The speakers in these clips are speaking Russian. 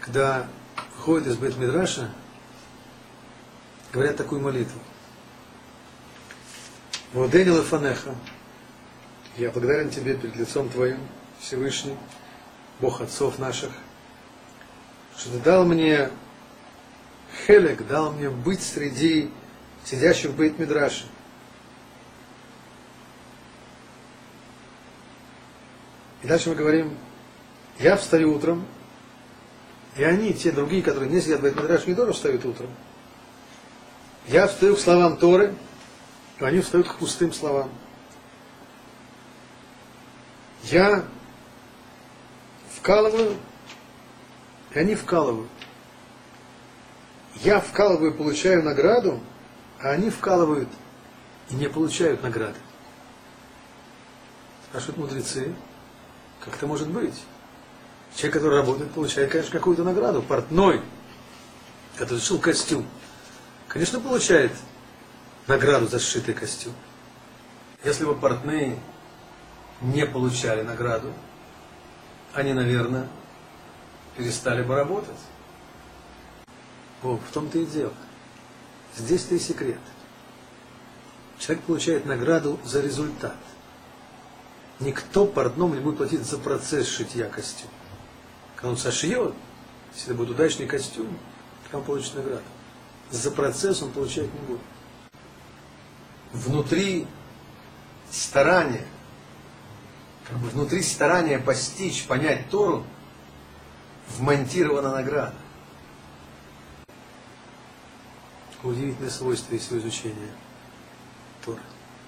когда выходят из Бейт-Мидраша, говорят такую молитву. Водени лефанеха, я благодарен Тебе перед лицом Твоим, Всевышний, Бог отцов наших, что Ты дал мне хелек, дал мне быть среди сидящих в Бейт-Мидраше. И дальше мы говорим, я встаю утром, и они, те другие, которые не сидят в Бейт-Мидраше, не тоже встают утром. Я встаю к словам Торы, и они встают к пустым словам. Я вкалываю, и они вкалывают. Я вкалываю и получаю награду, а они вкалывают и не получают награды. Спрашивают мудрецы, как это может быть? Человек, который работает, получает, конечно, какую-то награду. Портной, который сшил костюм, конечно, получает награду за сшитый костюм. Если бы портные не получали награду, они, наверное, перестали бы работать. В том-то и дело. Здесь-то и секрет. Человек получает награду за результат. Никто портному не будет платить за процесс шитья костюма. Когда он сошьет, если это будет удачный костюм, то он получит награду. За процесс он получать не будет. Внутри старания, внутри старания постичь, понять Тору, вмонтирована награда. Удивительное свойство есть у изучения Торы.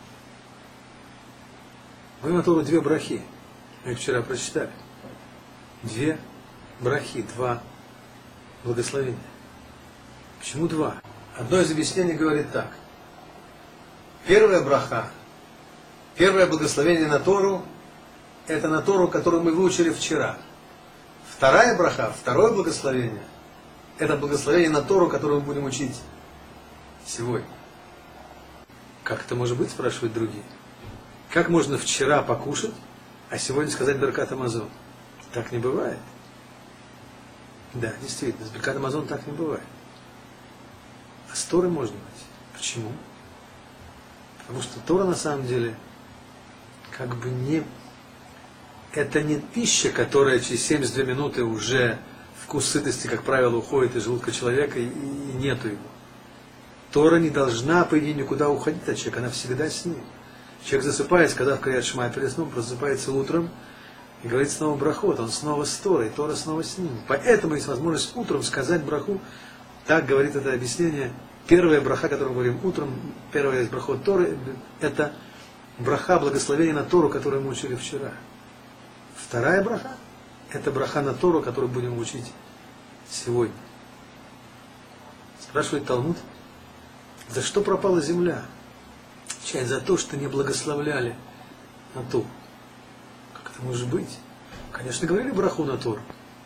Мы на Тору две брахи. Мы их вчера прочитали. Две брахи, два благословения. Почему два? Одно из объяснений говорит так. Первая браха, первое благословение на Тору, это на Тору, которую мы выучили вчера. Вторая браха, второе благословение, это благословение на Тору, которую мы будем учить сегодня. Как это может быть, спрашивают другие. Как можно вчера покушать, а сегодня сказать Беркат Амазон? Так не бывает. Да, действительно, с Беркат Амазон так не бывает. А с Торой можно быть. Почему? Потому что Тора на самом деле как бы не... Это не пища, которая через 72 минуты уже вкус сытости, как правило, уходит из желудка человека и нету его. Тора не должна, по идее, никуда уходить от человека, она всегда с ним. Человек засыпает, сказав Крият Шма перед сном, просыпается утром и говорит снова брахот, он снова с Торой, Тора снова с ним. Поэтому есть возможность утром сказать браху. Так говорит это объяснение. Первая браха, которую мы говорим утром, первая из брахот Торы, это браха благословения на Тору, которую мы учили вчера. Вторая браха, это браха на Тору, которую будем учить сегодня. Спрашивает Талмуд, за что пропала земля? Отвечает, за то, что не благословляли на Тору. Как это может быть? Конечно, говорили браху на Тору.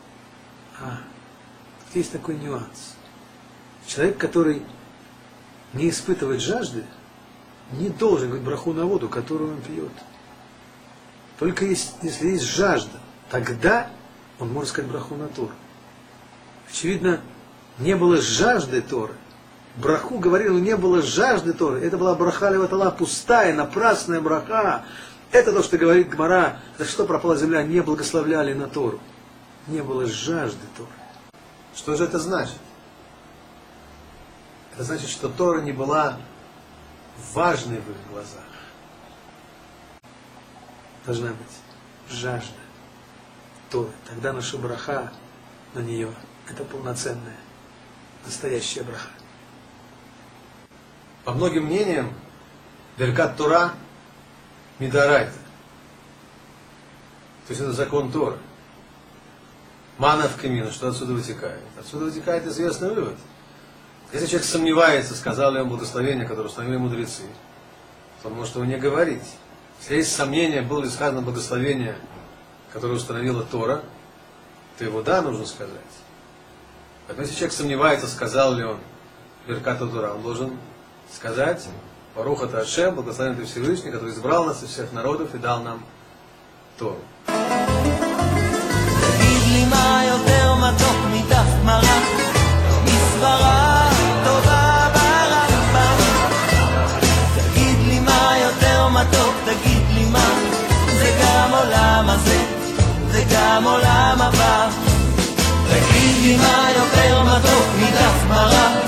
Есть такой нюанс. Человек, который не испытывает жажды, не должен говорить браху на воду, которую он пьет. Только если есть жажда, тогда он может сказать браху на Тору. Очевидно, не было жажды Торы. Браху говорил, не было жажды Торы. Это была браха леватала, пустая, напрасная браха. Это то, что говорит Гмара, за что пропала земля, не благословляли на Тору. Не было жажды Торы. Что же это значит? Это значит, что Тора не была важной в их глазах. Должна быть жажда Торы. Тогда наша браха на нее – это полноценная, настоящая браха. По многим мнениям, Беркат Тора мидарайта. То есть это закон Торы. Мана в камину. Что отсюда вытекает? Отсюда вытекает известный вывод. Если человек сомневается, сказал ли он благословение, которое установили мудрецы, то он может его не говорить. Если есть сомнение, было ли сказано благословение, которое установила Тора, то его да, нужно сказать. Поэтому если человек сомневается, сказал ли он Беркат Тора, он должен сказать Барух ата Ашем, благословен ты Всевышний, который избрал нас из всех народов и дал нам Тору. העולם הזה וגם עולם הבא. תגיד לי מה יותר מתוק מדף מרה,